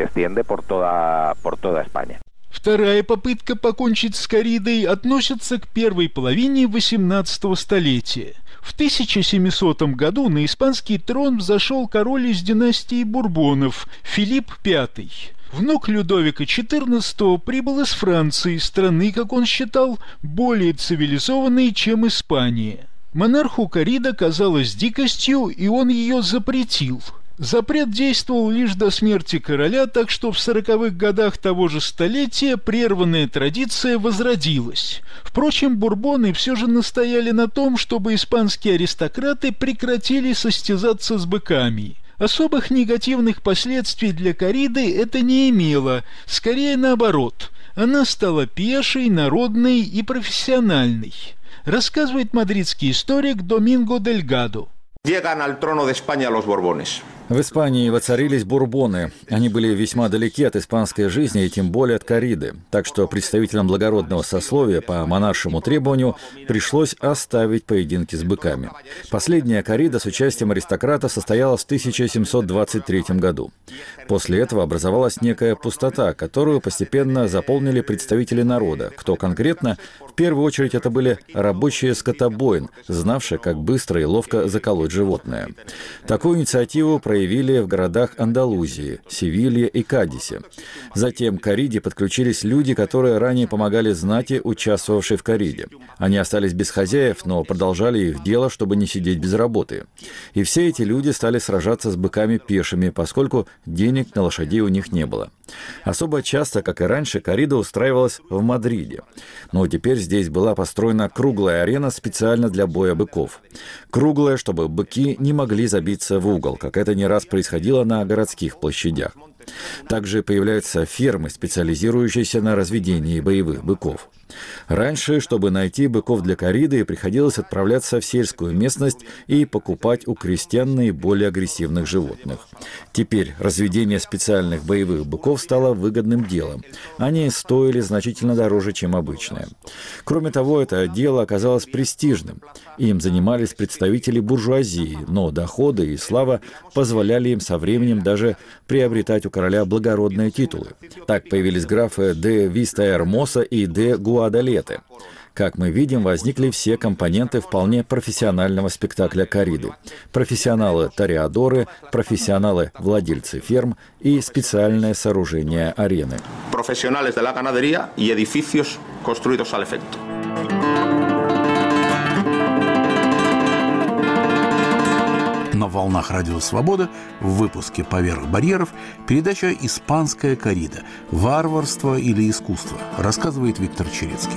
Вторая попытка покончить с корридой относится к первой половине восемнадцатого столетия. В тысяча семисотом году на испанский трон взошел король из династии Бурбонов Филипп пятый. Внук Людовика четырнадцатого прибыл из Франции, страны, как он считал, более цивилизованной, чем Испания. Монарху коррида казалась дикостью, и он ее запретил. Запрет действовал лишь до смерти короля, так что в сороковых годах того же столетия прерванная традиция возродилась. Впрочем, бурбоны все же настояли на том, чтобы испанские аристократы прекратили состязаться с быками. Особых негативных последствий для корриды это не имело, скорее наоборот. Она стала пешей, народной и профессиональной. Рассказывает мадридский историк Доминго Дельгадо. В Испании воцарились бурбоны. Они были весьма далеки от испанской жизни и тем более от корриды. Так что представителям благородного сословия по монаршему требованию пришлось оставить поединки с быками. Последняя коррида с участием аристократов состоялась в тысяча семьсот двадцать третьем году. После этого образовалась некая пустота, которую постепенно заполнили представители народа. Кто конкретно? В первую очередь это были рабочие скотобоин, знавшие, как быстро и ловко заколоть животное. Такую инициативу проявили заявили в городах Андалузии, Севилье и Кадисе. Затем к корриде подключились люди, которые ранее помогали знати, участвовавшей в корриде. Они остались без хозяев, но продолжали их дело, чтобы не сидеть без работы. И все эти люди стали сражаться с быками пешими, поскольку денег на лошадей у них не было. Особо часто, как и раньше, коррида устраивалась в Мадриде. Но теперь здесь была построена круглая арена специально для боя быков. Круглая, чтобы быки не могли забиться в угол, как это не раз происходило на городских площадях. Также появляются фермы, специализирующиеся на разведении боевых быков. Раньше, чтобы найти быков для корриды, приходилось отправляться в сельскую местность и покупать у крестьян наиболее агрессивных животных. Теперь разведение специальных боевых быков стало выгодным делом. Они стоили значительно дороже, чем обычные. Кроме того, это дело оказалось престижным. Им занимались представители буржуазии, но доходы и слава позволяли им со временем даже приобретать у короля благородные титулы. Так появились графы де Виста-Эрмоса и де Гуадалете. Как мы видим, возникли все компоненты вполне профессионального спектакля корриды. Профессионалы-тореадоры, профессионалы-владельцы ферм и специальное сооружение арены. Профессионалы de la ganadería y edificios construidos al efecto. На волнах Радио Свобода в выпуске «Поверх барьеров» передача «Испанская коррида. Варварство или искусство», рассказывает Виктор Черецкий.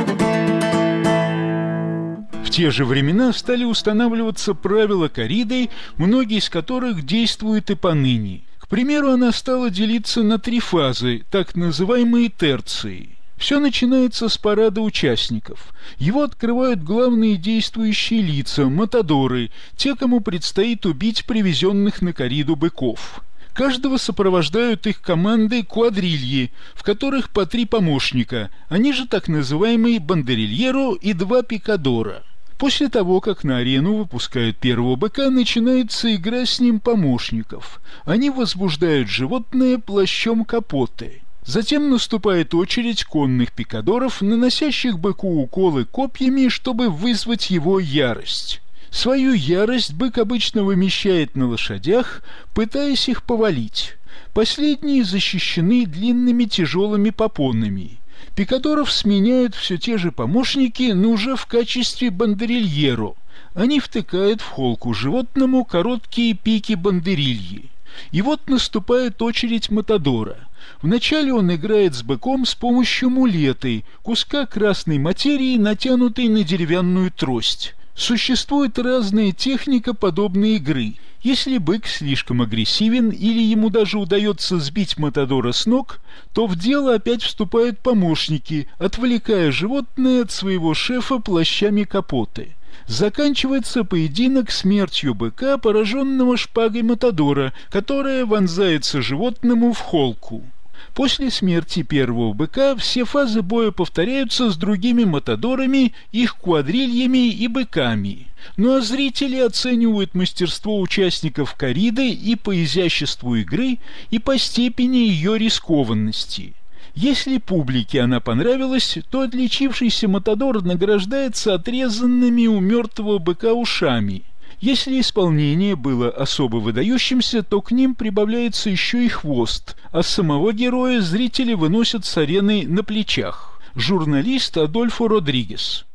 В те же времена стали устанавливаться правила корриды, многие из которых действуют и поныне. К примеру, она стала делиться на три фазы, так называемые терции. Все начинается с парада участников. Его открывают главные действующие лица, матадоры, те, кому предстоит убить привезенных на корриду быков. Каждого сопровождают их команды куадрильи, в которых по три помощника, они же так называемые бандерильеро и два пикадора. После того, как на арену выпускают первого быка, начинается игра с ним помощников. Они возбуждают животное плащом капоты. Затем наступает очередь конных пикадоров, наносящих быку уколы копьями, чтобы вызвать его ярость. Свою ярость бык обычно вымещает на лошадях, пытаясь их повалить. Последние защищены длинными тяжелыми попонами. Пикадоров сменяют все те же помощники, но уже в качестве бандерильеро. Они втыкают в холку животному короткие пики бандерильи. И вот наступает очередь матадора. Вначале он играет с быком с помощью мулеты, куска красной материи, натянутой на деревянную трость. Существует разная техника подобной игры. Если бык слишком агрессивен или ему даже удается сбить матадора с ног, то в дело опять вступают помощники, отвлекая животное от своего шефа плащами капоты. Заканчивается поединок смертью быка, пораженного шпагой матадора, которая вонзается животному в холку. После смерти первого быка все фазы боя повторяются с другими матадорами, их куадрильями и быками. Ну а зрители оценивают мастерство участников корриды и по изяществу игры, и по степени ее рискованности. Если публике она понравилась, то отличившийся матадор награждается отрезанными у мертвого быка ушами. Если исполнение было особо выдающимся, то к ним прибавляется еще и хвост, а самого героя зрители выносят с арены на плечах. Журналист Адольфо Родригес.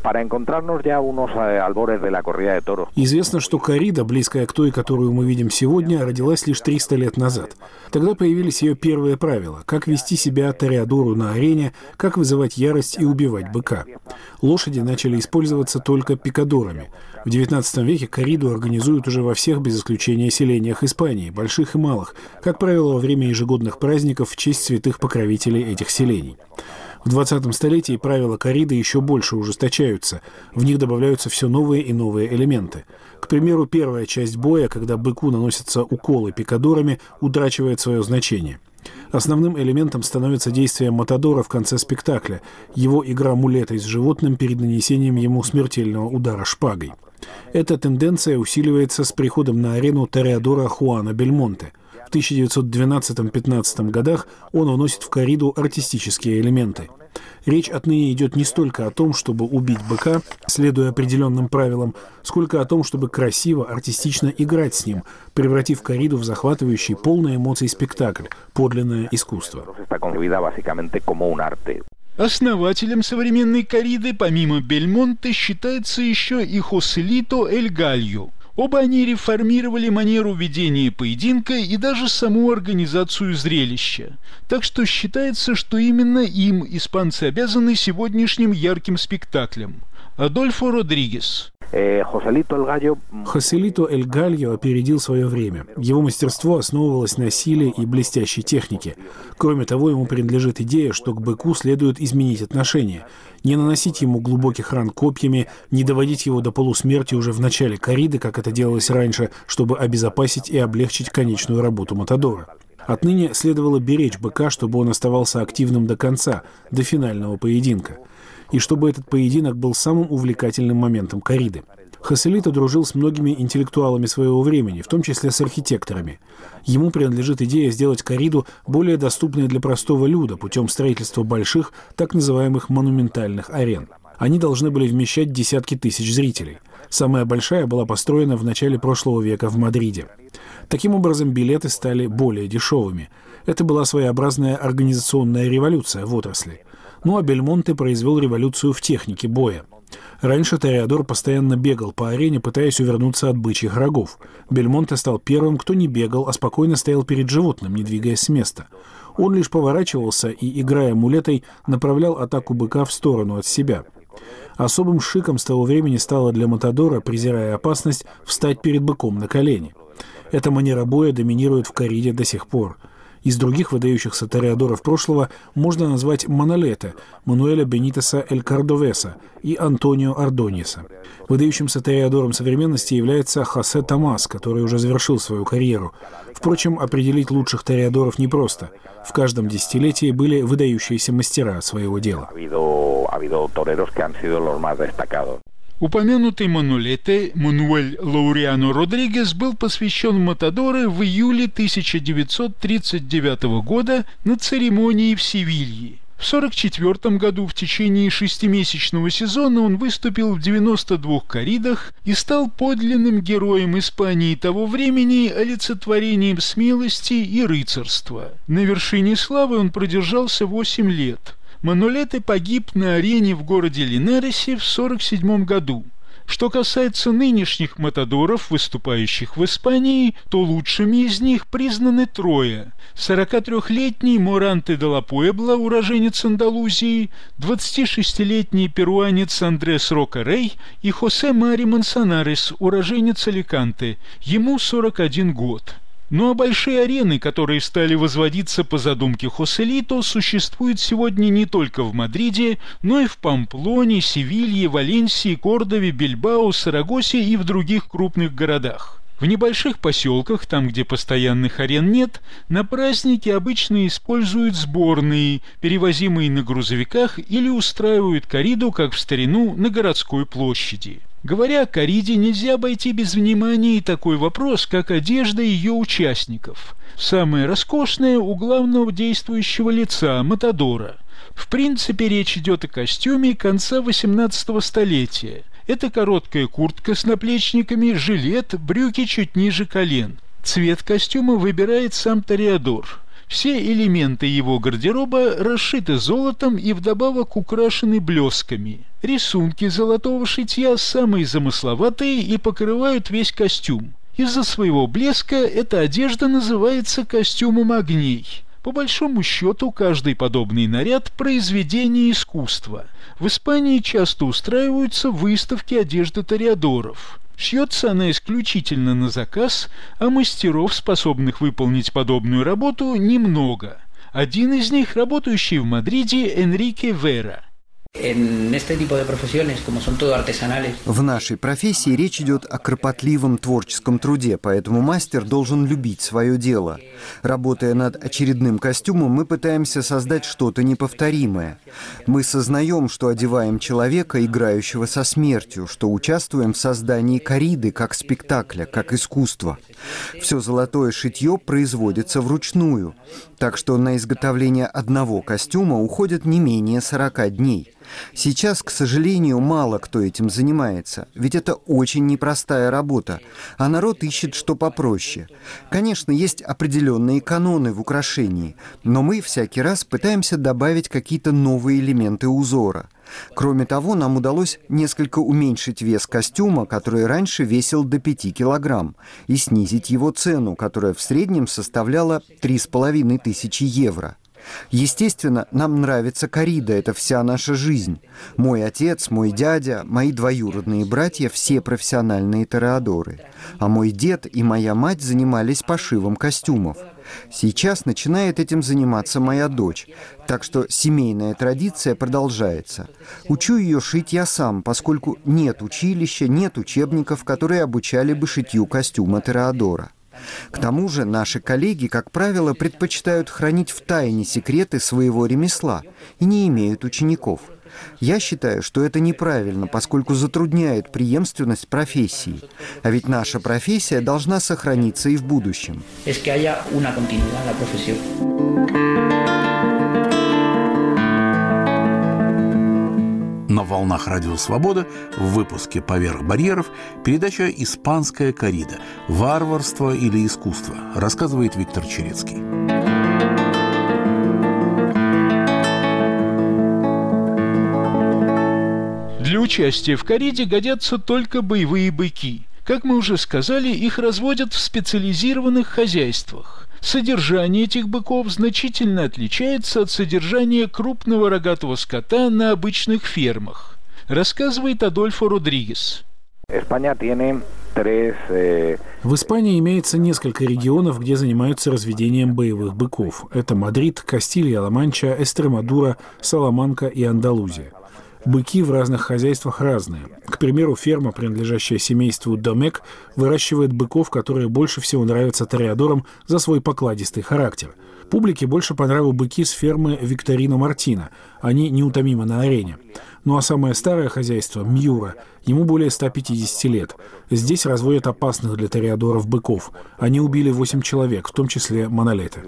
Известно, что коррида, близкая к той, которую мы видим сегодня, родилась лишь триста лет назад. Тогда появились ее первые правила: как вести себя тореадору на арене, как вызывать ярость и убивать быка. Лошади начали использоваться только пикадорами. В девятнадцатом веке корриду организуют уже во всех без исключения селениях Испании, больших и малых, как правило, во время ежегодных праздников в честь святых покровителей этих селений. В двадцатом столетии правила корриды еще больше ужесточаются. В них добавляются все новые и новые элементы. К примеру, первая часть боя, когда быку наносятся уколы пикадорами, утрачивает свое значение. Основным элементом становится действие матадора в конце спектакля, его игра мулетой с животным перед нанесением ему смертельного удара шпагой. Эта тенденция усиливается с приходом на арену тореадора Хуана Бельмонте. В тысяча девятьсот двенадцатом-пятнадцатом годах он вносит в корриду артистические элементы. Речь отныне идет не столько о том, чтобы убить быка, следуя определенным правилам, сколько о том, чтобы красиво, артистично играть с ним, превратив корриду в захватывающий, полный эмоций спектакль, подлинное искусство. Основателем современной корриды, помимо Бельмонте, считается еще и Хоселито Эль Гальо. Оба они реформировали манеру ведения поединка и даже саму организацию зрелища. Так что считается, что именно им испанцы обязаны сегодняшним ярким спектаклем. Адольфо Родригес. Хоселито Эль Гальо опередил свое время. Его мастерство основывалось на силе и блестящей технике. Кроме того, ему принадлежит идея, что к быку следует изменить отношение. Не наносить ему глубоких ран копьями, не доводить его до полусмерти уже в начале корриды, как это делалось раньше, чтобы обезопасить и облегчить конечную работу матадора. Отныне следовало беречь быка, чтобы он оставался активным до конца, до финального поединка. И чтобы этот поединок был самым увлекательным моментом корриды. Хоселито дружил с многими интеллектуалами своего времени, в том числе с архитекторами. Ему принадлежит идея сделать корриду более доступной для простого люда путем строительства больших, так называемых монументальных арен. Они должны были вмещать десятки тысяч зрителей. Самая большая была построена в начале прошлого века в Мадриде. Таким образом, билеты стали более дешевыми. Это была своеобразная организационная революция в отрасли. Ну а Бельмонте произвел революцию в технике боя. Раньше тореадор постоянно бегал по арене, пытаясь увернуться от бычьих рогов. Бельмонте стал первым, кто не бегал, а спокойно стоял перед животным, не двигаясь с места. Он лишь поворачивался и, играя мулетой, направлял атаку быка в сторону от себя. Особым шиком с того времени стало для матадора, презирая опасность, встать перед быком на колени. Эта манера боя доминирует в корриде до сих пор. Из других выдающихся тореадоров прошлого можно назвать Манолете, Мануэля Бенитеса Эль Кордовеса и Антонио Ордоньеса. Выдающимся тореадором современности является Хосе Томас, который уже завершил свою карьеру. Впрочем, определить лучших тореадоров непросто. В каждом десятилетии были выдающиеся мастера своего дела. Упомянутый Манолете, Мануэль Лауриано Родригес, был посвящен Матадоре в июле тысяча девятьсот тридцать девятого года на церемонии в Севилье. В сорок четвёртом году в течение шестимесячного сезона он выступил в девяноста двух корридах и стал подлинным героем Испании того времени, олицетворением смелости и рыцарства. На вершине славы он продержался восемь лет. Манолете погиб на арене в городе Линаресе в сорок седьмом году. Что касается нынешних матадоров, выступающих в Испании, то лучшими из них признаны трое. сорокатрёхлетний Моранте де ла Пуэбла, уроженец Андалузии, двадцатишестилетний перуанец Андрес Рока Рей и Хосе Мари Мансонарес, уроженец Аликанте, ему сорок один год. Ну а большие арены, которые стали возводиться по задумке Хоселито, существуют сегодня не только в Мадриде, но и в Памплоне, Севилье, Валенсии, Кордове, Бильбао, Сарагосе и в других крупных городах. В небольших поселках, там, где постоянных арен нет, на праздники обычно используют сборные, перевозимые на грузовиках, или устраивают корриду, как в старину, на городской площади. Говоря о корриде, нельзя обойти без внимания и такой вопрос, как одежда ее участников. Самое роскошное у главного действующего лица – матадора. В принципе, речь идет о костюме конца восемнадцатого столетия. Это короткая куртка с наплечниками, жилет, брюки чуть ниже колен. Цвет костюма выбирает сам тореадор. Все элементы его гардероба расшиты золотом и вдобавок украшены блесками. Рисунки золотого шитья самые замысловатые и покрывают весь костюм. Из-за своего блеска эта одежда называется костюмом огней. По большому счету, каждый подобный наряд – произведение искусства. В Испании часто устраиваются выставки одежды тореадоров. Шьется она исключительно на заказ, а мастеров, способных выполнить подобную работу, немного. Один из них, работающий в Мадриде, Энрике Вера. В нашей профессии речь идет о кропотливом творческом труде, поэтому мастер должен любить свое дело. Работая над очередным костюмом, мы пытаемся создать что-то неповторимое. Мы сознаем, что одеваем человека, играющего со смертью, что участвуем в создании кориды как спектакля, как искусства. Все золотое шитье производится вручную, так что на изготовление одного костюма уходит не менее сорока дней. Сейчас, к сожалению, мало кто этим занимается, ведь это очень непростая работа, а народ ищет что попроще. Конечно, есть определенные каноны в украшении, но мы всякий раз пытаемся добавить какие-то новые элементы узора. Кроме того, нам удалось несколько уменьшить вес костюма, который раньше весил до пяти килограмм, и снизить его цену, которая в среднем составляла три с половиной тысячи евро. Естественно, нам нравится корида, это вся наша жизнь. Мой отец, мой дядя, мои двоюродные братья – все профессиональные тореадоры. А мой дед и моя мать занимались пошивом костюмов. Сейчас начинает этим заниматься моя дочь, так что семейная традиция продолжается. Учу ее шить я сам, поскольку нет училища, нет учебников, которые обучали бы шитью костюма тореадора. К тому же наши коллеги, как правило, предпочитают хранить в тайне секреты своего ремесла и не имеют учеников. Я считаю, что это неправильно, поскольку затрудняет преемственность профессии. А ведь наша профессия должна сохраниться и в будущем. На волнах Радио Свобода в выпуске «Поверх барьеров» передача «Испанская корида. Варварство или искусство», рассказывает Виктор Черецкий. Для участия в кориде годятся только боевые быки. Как мы уже сказали, их разводят в специализированных хозяйствах. Содержание этих быков значительно отличается от содержания крупного рогатого скота на обычных фермах, рассказывает Адольфо Родригес. В Испании имеется несколько регионов, где занимаются разведением боевых быков. Это Мадрид, Кастилья-Ла-Манча, Эстремадура, Саламанка и Андалузия. Быки в разных хозяйствах разные. К примеру, ферма, принадлежащая семейству Домек, выращивает быков, которые больше всего нравятся тореадорам за свой покладистый характер. Публике больше по нраву быки с фермы Викторино Мартино. Они неутомимы на арене. Ну а самое старое хозяйство, Мьюра, ему более ста пятидесяти лет. Здесь разводят опасных для тореадоров быков. Они убили восемь человек, в том числе Манолете.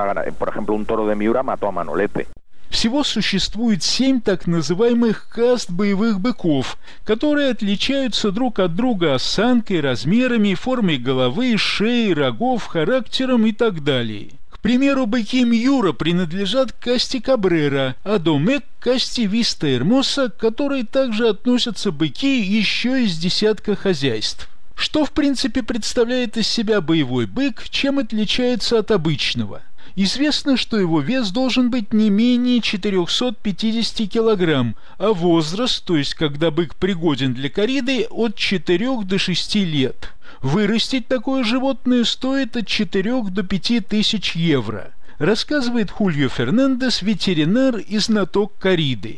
Всего существует семь так называемых каст боевых быков, которые отличаются друг от друга осанкой, размерами, формой головы, шеи, рогов, характером и так далее. К примеру, быки Мьюра принадлежат к касте Кабрера, а Домек – к касте Виста Эрмоса, к которой также относятся быки еще из десятка хозяйств. Что в принципе представляет из себя боевой бык, чем отличается от обычного? Известно, что его вес должен быть не менее четырехсот пятидесяти килограмм, а возраст, то есть когда бык пригоден для кориды, от четырёх до шести лет. Вырастить такое животное стоит от четырёх до пяти тысяч евро, рассказывает Хульо Фернандес, ветеринар и знаток кориды.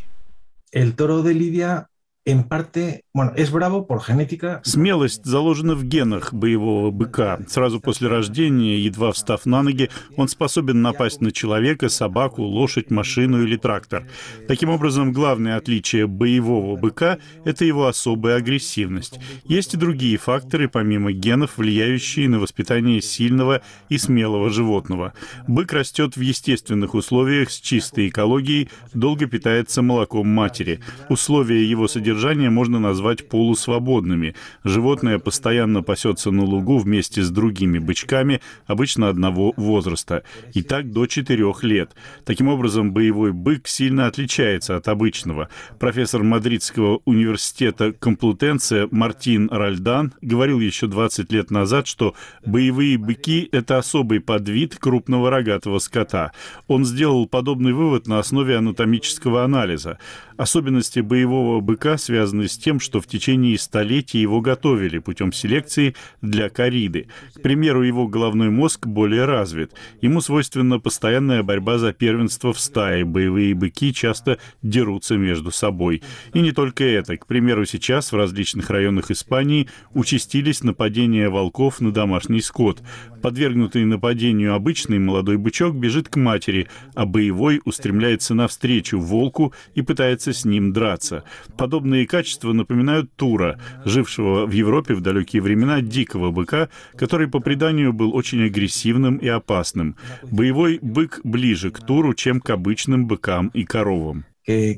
Смелость заложена в генах боевого быка. Сразу после рождения, едва встав на ноги, он способен напасть на человека, собаку, лошадь, машину или трактор. Таким образом, главное отличие боевого быка – это его особая агрессивность. Есть и другие факторы, помимо генов, влияющие на воспитание сильного и смелого животного. Бык растет в естественных условиях с чистой экологией, долго питается молоком матери. Условия его содержания можно назвать полусвободными. Животное постоянно пасется на лугу вместе с другими бычками, обычно одного возраста, и так до четырех лет. Таким образом, боевой бык сильно отличается от обычного. Профессор Мадридского университета Комплутенция Мартин Ральдан говорил еще двадцать лет назад, что боевые быки – это особый подвид крупного рогатого скота. Он сделал подобный вывод на основе анатомического анализа. Особенности боевого быка связаны с тем, что что в течение столетий его готовили путем селекции для кориды. К примеру, его головной мозг более развит. Ему свойственна постоянная борьба за первенство в стае. Боевые быки часто дерутся между собой. И не только это. К примеру, сейчас в различных районах Испании участились нападения волков на домашний скот. Подвергнутый нападению обычный молодой бычок бежит к матери, а боевой устремляется навстречу волку и пытается с ним драться. Подобные качества напоминают Тура, жившего в Европе в далекие времена дикого быка, который по преданию был очень агрессивным и опасным. Боевой бык ближе к Туру, чем к обычным быкам и коровам.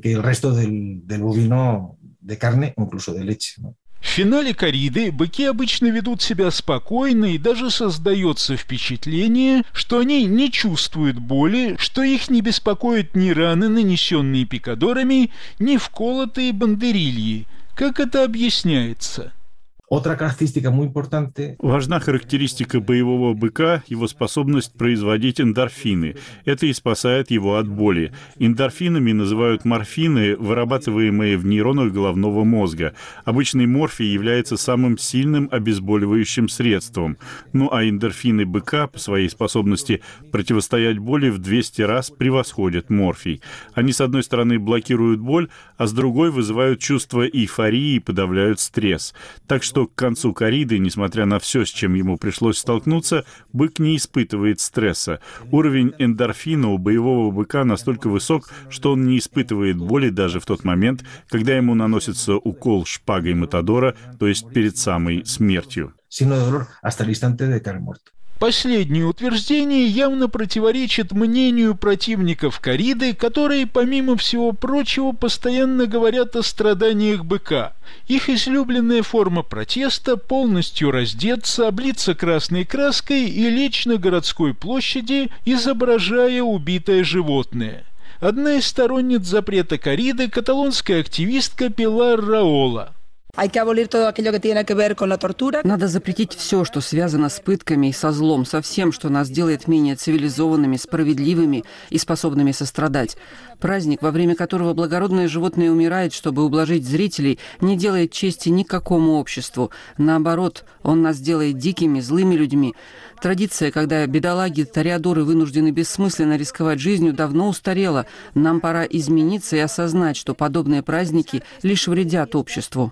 В финале корриды быки обычно ведут себя спокойно, и даже создается впечатление, что они не чувствуют боли, что их не беспокоят ни раны, нанесенные пикадорами, ни вколотые бандерильи. Как это объясняется? Важна характеристика боевого быка – его способность производить эндорфины. Это и спасает его от боли. Эндорфинами называют морфины, вырабатываемые в нейронах головного мозга. Обычный морфий является самым сильным обезболивающим средством. Ну а эндорфины быка по своей способности противостоять боли в двести раз превосходят морфий. Они, с одной стороны, блокируют боль, а с другой вызывают чувство эйфории и подавляют стресс. Так что к концу корриды, несмотря на все, с чем ему пришлось столкнуться, бык не испытывает стресса. Уровень эндорфина у боевого быка настолько высок, что он не испытывает боли даже в тот момент, когда ему наносится укол шпагой матадора, то есть перед самой смертью. Последнее утверждение явно противоречит мнению противников корриды, которые, помимо всего прочего, постоянно говорят о страданиях быка. Их излюбленная форма протеста – полностью раздеться, облиться красной краской и лечь на городской площади, изображая убитое животное. Одна из сторонниц запрета корриды – каталонская активистка Пилар Раола. Надо запретить все, что связано с пытками и со злом, со всем, что нас делает менее цивилизованными, справедливыми и способными сострадать. Праздник, во время которого благородное животное умирает, чтобы ублажить зрителей, не делает чести никакому обществу. Наоборот, он нас делает дикими, злыми людьми. Традиция, когда бедолаги, тореадоры вынуждены бессмысленно рисковать жизнью, давно устарела. Нам пора измениться и осознать, что подобные праздники лишь вредят обществу.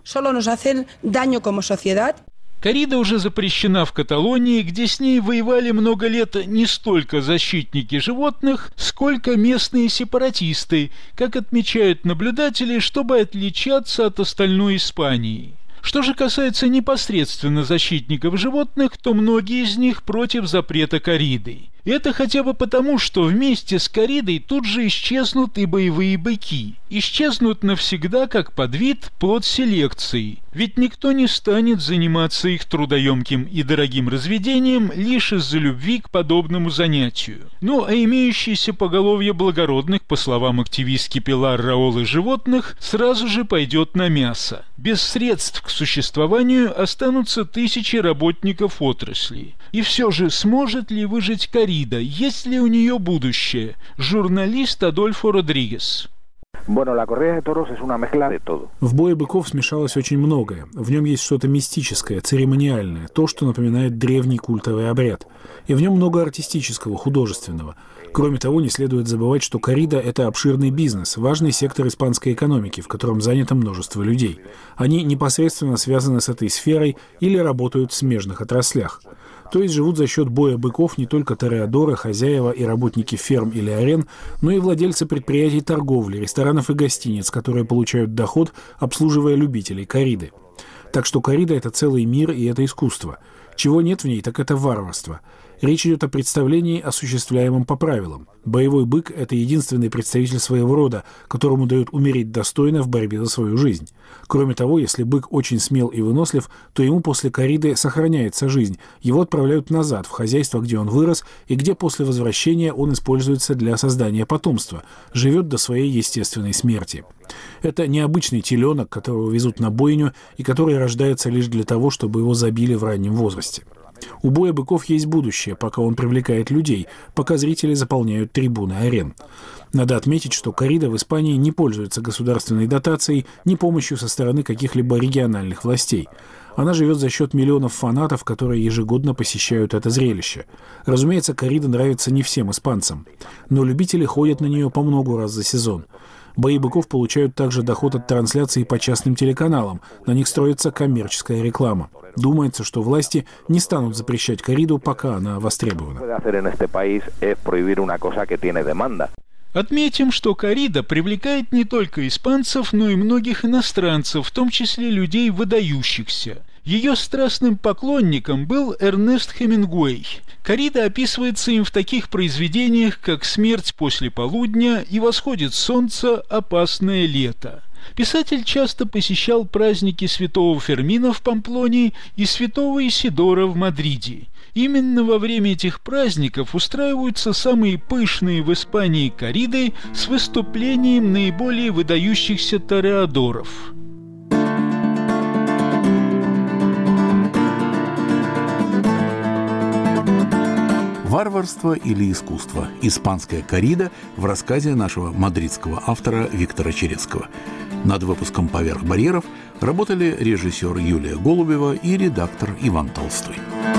Коррида уже запрещена в Каталонии, где с ней воевали много лет не столько защитники животных, сколько местные сепаратисты, как отмечают наблюдатели, чтобы отличаться от остальной Испании. Что же касается непосредственно защитников животных, то многие из них против запрета корриды. Это хотя бы потому, что вместе с корридой тут же исчезнут и боевые быки. Исчезнут навсегда как подвид плод селекции. Ведь никто не станет заниматься их трудоемким и дорогим разведением лишь из-за любви к подобному занятию. Ну а имеющееся поголовье благородных, по словам активистки Пилар Раолы, животных, сразу же пойдет на мясо. Без средств к существованию останутся тысячи работников отрасли. И все же, сможет ли выжить коррида, есть ли у нее будущее? Журналист Адольфо Родригес. В бое быков смешалось очень многое. В нем есть что-то мистическое, церемониальное, то, что напоминает древний культовый обряд. И в нем много артистического, художественного. Кроме того, не следует забывать, что коррида – это обширный бизнес, важный сектор испанской экономики, в котором занято множество людей. Они непосредственно связаны с этой сферой или работают в смежных отраслях. То есть живут за счет боя быков не только тореадоры, хозяева и работники ферм или арен, но и владельцы предприятий торговли, ресторанов и гостиниц, которые получают доход, обслуживая любителей корриды. Так что коррида – это целый мир и это искусство. Чего нет в ней, так это варварство. Речь идет о представлении, осуществляемом по правилам. Боевой бык – это единственный представитель своего рода, которому дают умереть достойно в борьбе за свою жизнь. Кроме того, если бык очень смел и вынослив, то ему после корриды сохраняется жизнь. Его отправляют назад, в хозяйство, где он вырос, и где после возвращения он используется для создания потомства, живет до своей естественной смерти. Это необычный теленок, которого везут на бойню и который рождается лишь для того, чтобы его забили в раннем возрасте. У боя быков есть будущее, пока он привлекает людей, пока зрители заполняют трибуны арен. Надо отметить, что коррида в Испании не пользуется государственной дотацией, ни помощью со стороны каких-либо региональных властей. Она живет за счет миллионов фанатов, которые ежегодно посещают это зрелище. Разумеется, коррида нравится не всем испанцам, но любители ходят на нее по много раз за сезон. Бои быков получают также доход от трансляций по частным телеканалам, на них строится коммерческая реклама. Думается, что власти не станут запрещать корриду, пока она востребована. Отметим, что коррида привлекает не только испанцев, но и многих иностранцев, в том числе людей выдающихся. Ее страстным поклонником был Эрнест Хемингуэй. Коррида описывается им в таких произведениях, как «Смерть после полудня» и «Восходит солнце. Опасное лето». Писатель часто посещал праздники святого Фермина в Памплонии и святого Исидора в Мадриде. Именно во время этих праздников устраиваются самые пышные в Испании корриды с выступлением наиболее выдающихся тореадоров. «Варварство или искусство. Испанская коррида» в рассказе нашего мадридского автора Виктора Черецкого. Над выпуском «Поверх барьеров» работали режиссер Юлия Голубева и редактор Иван Толстой.